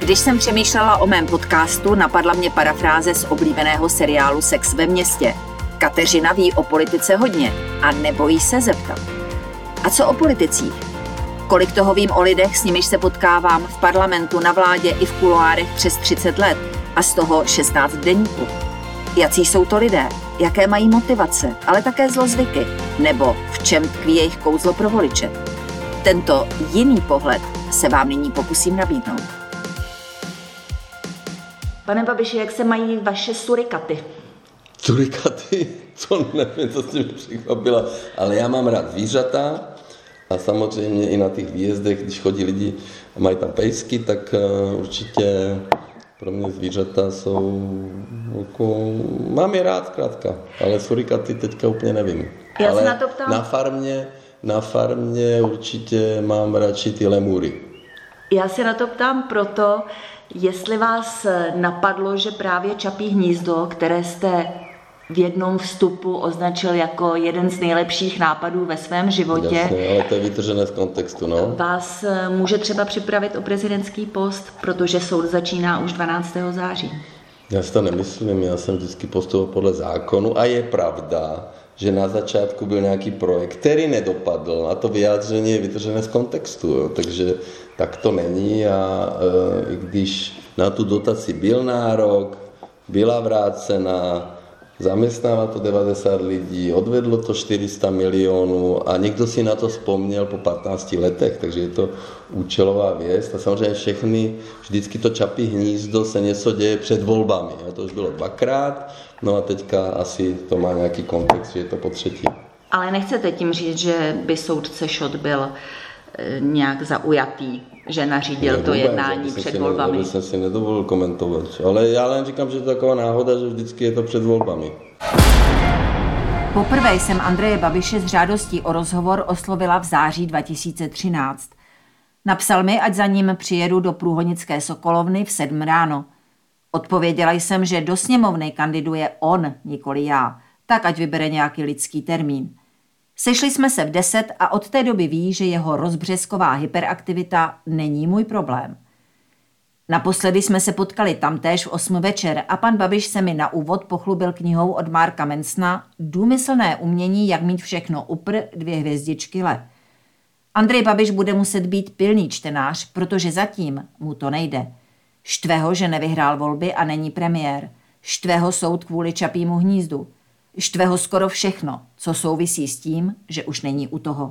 Když jsem přemýšlela o mém podcastu, napadla mě parafráze z oblíbeného seriálu Sex ve městě. Kateřina ví o politice hodně a nebojí se zeptat. A co o politicích? Kolik toho vím o lidech, s nimiž se potkávám v parlamentu, na vládě i v kuloárech přes 30 let a z toho 16 deníků. Jací jsou to lidé? Jaké mají motivace, ale také zlozvyky? Nebo v čem tkví jejich kouzlo pro voliče? Tento jiný pohled se vám nyní pokusím nabídnout. Pane Babiši, jak se mají vaše surikaty? Surikaty? To nevím, to jste mě překvapila, ale já mám rád zvířata a samozřejmě i na těch výjezdech, když chodí lidi a mají tam pejsky, tak určitě pro mě zvířata jsou jako, mám je rád zkrátka, ale surikaty teďka úplně nevím. Já ale se na to ptám. Na farmě určitě mám radši ty lemury. Já se na to ptám proto, jestli vás napadlo, že právě Čapí hnízdo, které jste v jednom vstupu označil jako jeden z nejlepších nápadů ve svém životě. Jasně, ale to je vytržené z kontextu, no. Vás může třeba připravit o prezidentský post, protože soud začíná už 12. září. Já si to nemyslím, já jsem vždycky postupoval podle zákonu a je pravda, že na začátku byl nějaký projekt, který nedopadl a to vyjádření je vytržené z kontextu, jo. Takže tak to není a i když na tu dotaci byl nárok, byla vrácena, zaměstnává to 90 lidí, odvedlo to 400 milionů a někdo si na to vzpomněl po 15 letech, takže je to účelová věc. A samozřejmě vždycky to Čapí hnízdo se něco děje před volbami. A to už bylo dvakrát, no a teďka asi to má nějaký kontext, že je to po třetí. Ale nechcete tím říct, že by soudce Šot byl nějak zaujatý, že nařídil to jednání před volbami? Já jsem si nedovolil komentovat, ale já jen říkám, že to je taková náhoda, že vždycky je to před volbami. Poprvé jsem Andreje Babiše s žádostí o rozhovor oslovila v září 2013. Napsal mi, ať za ním přijedu do průhonické Sokolovny v 7 ráno. Odpověděla jsem, že do sněmovny kandiduje on, nikoli já, tak ať vybere nějaký lidský termín. Sešli jsme se v 10 a od té doby ví, že jeho rozbřesková hyperaktivita není můj problém. Naposledy jsme se potkali tamtéž v 8 večer a pan Babiš se mi na úvod pochlubil knihou od Marka Mansona Důmyslné umění, jak mít všechno upr, 2 hvězdičky le. Andrej Babiš bude muset být pilný čtenář, protože zatím mu to nejde. Štve ho, že nevyhrál volby a není premiér. Štve ho soud kvůli Čapímu hnízdu. Štve ho skoro všechno, co souvisí s tím, že už není u toho.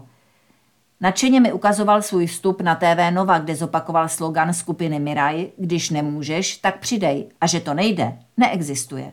Nadšeně mi ukazoval svůj vstup na TV Nova, kde zopakoval slogan skupiny Miraj, když nemůžeš, tak přidej, a že to nejde, neexistuje.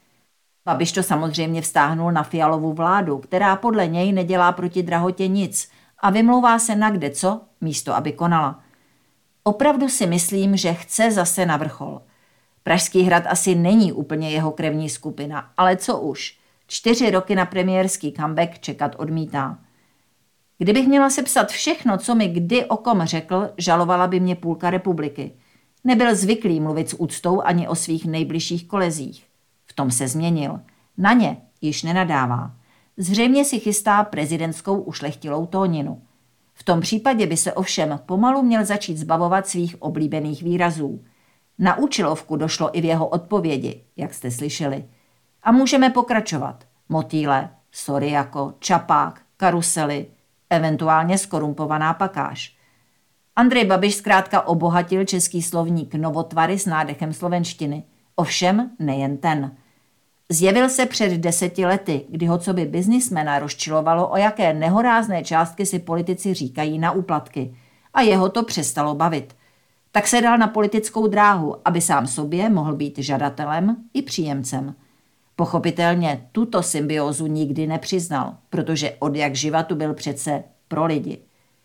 Babiš to samozřejmě vztáhnul na Fialovu vládu, která podle něj nedělá proti drahotě nic a vymlouvá se na kdeco, místo aby konala. Opravdu si myslím, že chce zase na vrchol. Pražský hrad asi není úplně jeho krevní skupina, ale co už. 4 roky na premiérský comeback čekat odmítá. Kdybych měla sepsat všechno, co mi kdy o kom řekl, žalovala by mě půlka republiky. Nebyl zvyklý mluvit s úctou ani o svých nejbližších kolezích. V tom se změnil. Na ně již nenadává. Zřejmě si chystá prezidentskou ušlechtilou tóninu. V tom případě by se ovšem pomalu měl začít zbavovat svých oblíbených výrazů. Na účelovku došlo i v jeho odpovědi, jak jste slyšeli. A můžeme pokračovat. Motýle, sorry jako, čapák, karusely, eventuálně skorumpovaná pakáž. Andrej Babiš zkrátka obohatil český slovník novotvary s nádechem slovenštiny. Ovšem nejen ten. Zjevil se před 10 lety, kdy ho coby biznismena rozčilovalo, o jaké nehorázné částky si politici říkají na úplatky. A jeho to přestalo bavit. Tak se dal na politickou dráhu, aby sám sobě mohl být žadatelem i příjemcem. Pochopitelně tuto symbiózu nikdy nepřiznal, protože od jak živa tu byl přece pro lidi.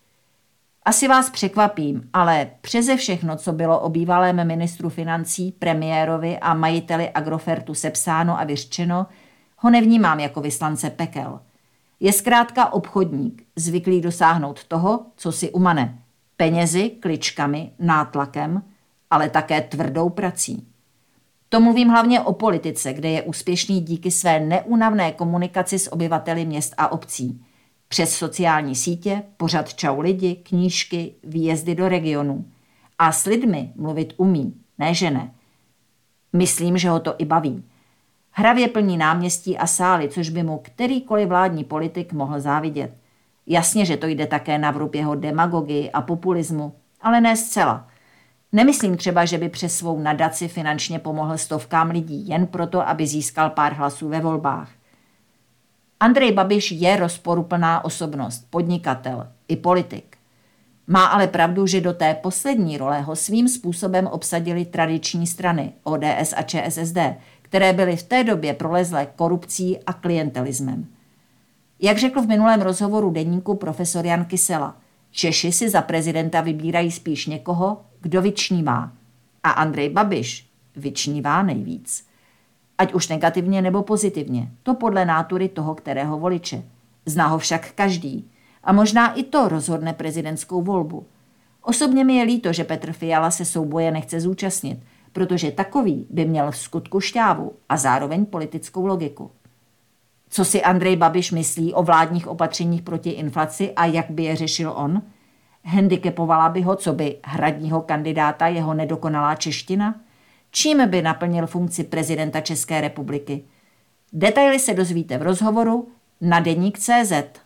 Asi vás překvapím, ale přeze všechno, co bylo o bývalém ministru financí, premiérovi a majiteli Agrofertu sepsáno a vyřčeno, ho nevnímám jako vyslance pekel. Je zkrátka obchodník, zvyklý dosáhnout toho, co si umane. Penězi, kličkami, nátlakem, ale také tvrdou prací. To mluvím hlavně o politice, kde je úspěšný díky své neúnavné komunikaci s obyvateli měst a obcí. Přes sociální sítě, pořad Čau lidi, knížky, výjezdy do regionů. A s lidmi mluvit umí, ne že ne. Myslím, že ho to i baví. Hravě plní náměstí a sály, což by mu kterýkoliv vládní politik mohl závidět. Jasně, že to jde také na vrub jeho demagogii a populismu, ale ne zcela. Nemyslím třeba, že by přes svou nadaci finančně pomohl stovkám lidí jen proto, aby získal pár hlasů ve volbách. Andrej Babiš je rozporuplná osobnost, podnikatel i politik. Má ale pravdu, že do té poslední role ho svým způsobem obsadili tradiční strany ODS a ČSSD, které byly v té době prolezlé korupcí a klientelismem. Jak řekl v minulém rozhovoru deníku profesor Jan Kysela, Češi si za prezidenta vybírají spíš někoho, kdo vyčnívá. A Andrej Babiš vyčnívá nejvíc. Ať už negativně nebo pozitivně, to podle nátury toho, kterého voliče. Zná ho však každý. A možná i to rozhodne prezidentskou volbu. Osobně mi je líto, že Petr Fiala se souboje nechce zúčastnit, protože takový by měl v skutku šťávu a zároveň politickou logiku. Co si Andrej Babiš myslí o vládních opatřeních proti inflaci a jak by je řešil on? Handicapovala by ho, co by hradního kandidáta jeho nedokonalá čeština? Čím by naplnil funkci prezidenta České republiky? Detaily se dozvíte v rozhovoru na deník.cz.